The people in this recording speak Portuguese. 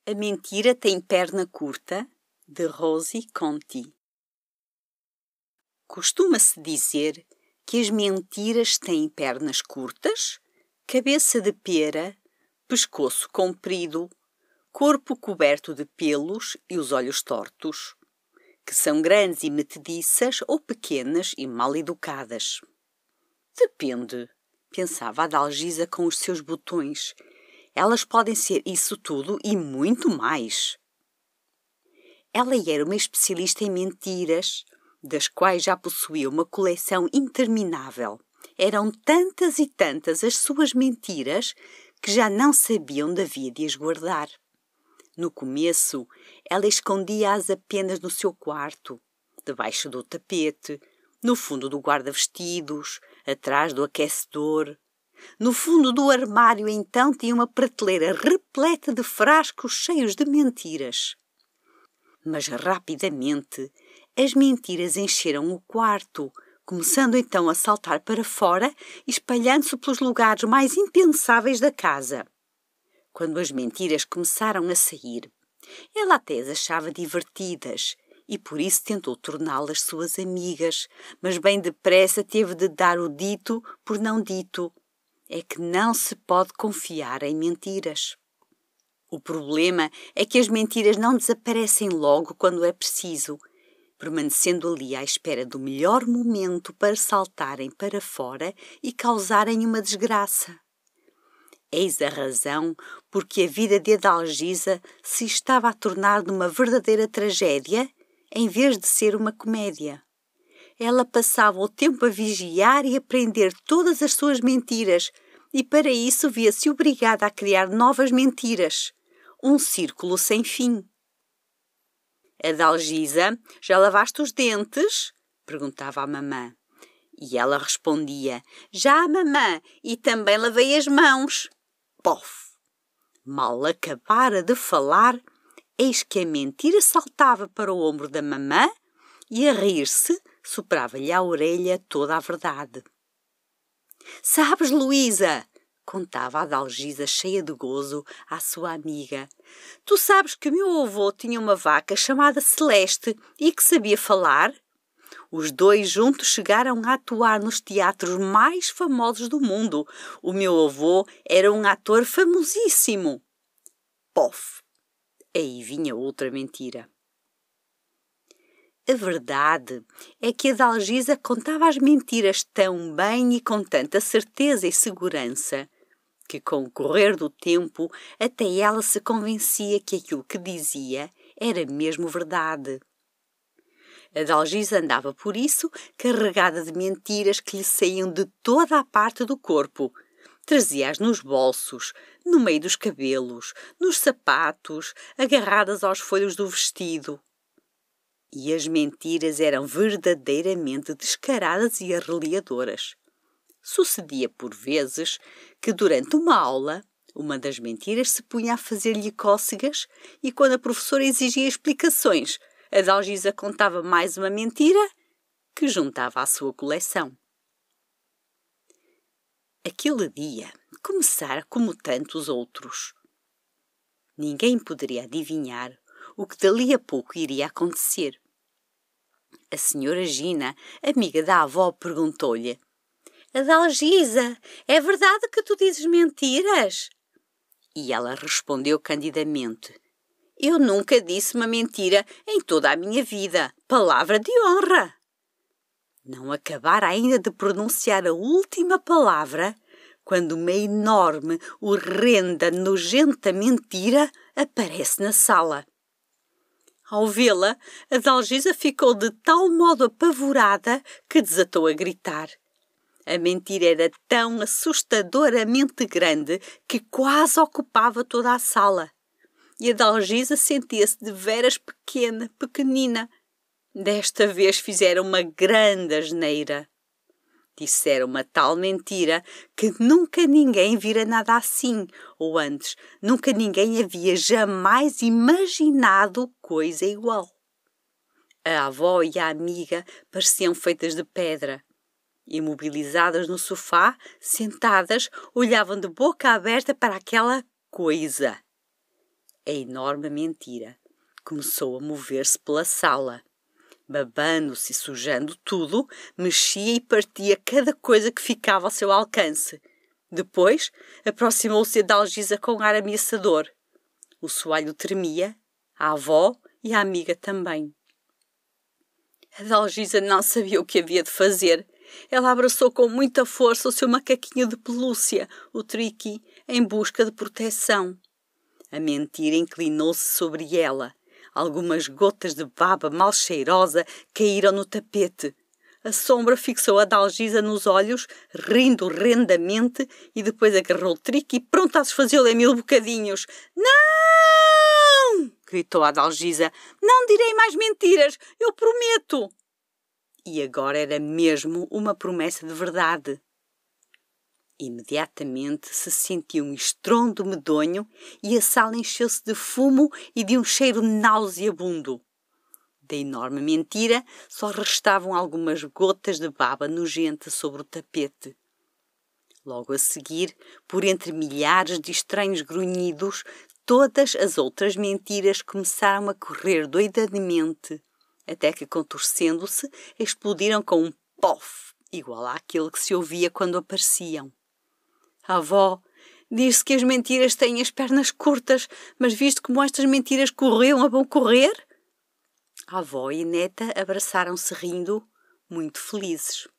A mentira tem perna curta, de Rosi Conti. Costuma-se dizer que as mentiras têm pernas curtas, cabeça de pera, pescoço comprido, corpo coberto de pelos e os olhos tortos, que são grandes e metediças ou pequenas e mal educadas. Depende, pensava a Dalgisa com os seus botões. Elas podem ser isso tudo e muito mais. Ela era uma especialista em mentiras, das quais já possuía uma coleção interminável. Eram tantas e tantas as suas mentiras que já não sabia onde havia de as guardar. No começo, ela escondia-as apenas no seu quarto, debaixo do tapete, no fundo do guarda-vestidos, atrás do aquecedor. No fundo do armário, então, tinha uma prateleira repleta de frascos cheios de mentiras. Mas, rapidamente, as mentiras encheram o quarto, começando então a saltar para fora e espalhando-se pelos lugares mais impensáveis da casa. Quando as mentiras começaram a sair, ela até as achava divertidas e por isso tentou torná-las suas amigas, mas bem depressa teve de dar o dito por não dito. É que não se pode confiar em mentiras. O problema é que as mentiras não desaparecem logo quando é preciso, permanecendo ali à espera do melhor momento para saltarem para fora e causarem uma desgraça. Eis a razão porque a vida de Adalgisa se estava a tornar numa verdadeira tragédia em vez de ser uma comédia. Ela passava o tempo a vigiar e a prender todas as suas mentiras e para isso via-se obrigada a criar novas mentiras. Um círculo sem fim. Adalgisa, já lavaste os dentes? Perguntava a mamã. E ela respondia, já, mamã, e também lavei as mãos. Pof! Mal acabara de falar, eis que a mentira saltava para o ombro da mamã e a rir-se soprava-lhe à orelha toda a verdade. Sabes, Luísa, contava a Adalgisa cheia de gozo à sua amiga, tu sabes que o meu avô tinha uma vaca chamada Celeste e que sabia falar? Os dois juntos chegaram a atuar nos teatros mais famosos do mundo. O meu avô era um ator famosíssimo. Pof! Aí vinha outra mentira. A verdade é que a Adalgisa contava as mentiras tão bem e com tanta certeza e segurança que, com o correr do tempo, até ela se convencia que aquilo que dizia era mesmo verdade. A Adalgisa andava, por isso, carregada de mentiras que lhe saíam de toda a parte do corpo. Trazia-as nos bolsos, no meio dos cabelos, nos sapatos, agarradas aos folhos do vestido. E as mentiras eram verdadeiramente descaradas e arreliadoras. Sucedia, por vezes, que durante uma aula, uma das mentiras se punha a fazer-lhe cócegas e quando a professora exigia explicações, a Adalgisa contava mais uma mentira que juntava à sua coleção. Aquele dia começara como tantos outros. Ninguém poderia adivinhar o que dali a pouco iria acontecer. A senhora Gina, amiga da avó, perguntou-lhe: Adalgisa, é verdade que tu dizes mentiras? E ela respondeu candidamente: Eu nunca disse uma mentira em toda a minha vida. Palavra de honra. Não acabara ainda de pronunciar a última palavra quando uma enorme, horrenda, nojenta mentira aparece na sala. Ao vê-la, a Adalgisa ficou de tal modo apavorada que desatou a gritar. A mentira era tão assustadoramente grande que quase ocupava toda a sala. E a Adalgisa sentia-se deveras pequenina. Desta vez fizeram uma grande asneira. Disseram uma tal mentira que nunca ninguém vira nada assim, ou antes, nunca ninguém havia jamais imaginado coisa igual. A avó e a amiga pareciam feitas de pedra. Imobilizadas no sofá, sentadas, olhavam de boca aberta para aquela coisa. A enorme mentira começou a mover-se pela sala. Babando-se e sujando tudo, mexia e partia cada coisa que ficava ao seu alcance. Depois aproximou-se a Adalgisa com ar ameaçador. O soalho tremia, a avó e a amiga também. Adalgisa não sabia o que havia de fazer. Ela abraçou com muita força o seu macaquinho de pelúcia, o Triqui, em busca de proteção. A mentira inclinou-se sobre ela. Algumas gotas de baba mal cheirosa caíram no tapete. A sombra fixou a Adalgisa nos olhos, rindo rendamente, e depois agarrou o Triqui pronto a desfazê-lo em 1000 bocadinhos. Não! Gritou a Adalgisa. Não direi mais mentiras, eu prometo! E agora era mesmo uma promessa de verdade. Imediatamente se sentiu um estrondo medonho e a sala encheu-se de fumo e de um cheiro nauseabundo. Da enorme mentira só restavam algumas gotas de baba nojenta sobre o tapete. Logo a seguir, por entre milhares de estranhos grunhidos, todas as outras mentiras começaram a correr doidamente, até que, contorcendo-se, explodiram com um pof, igual àquele que se ouvia quando apareciam. A avó diz-se que as mentiras têm as pernas curtas, mas visto como estas mentiras corriam a bom correr... A avó e a neta abraçaram-se rindo, muito felizes.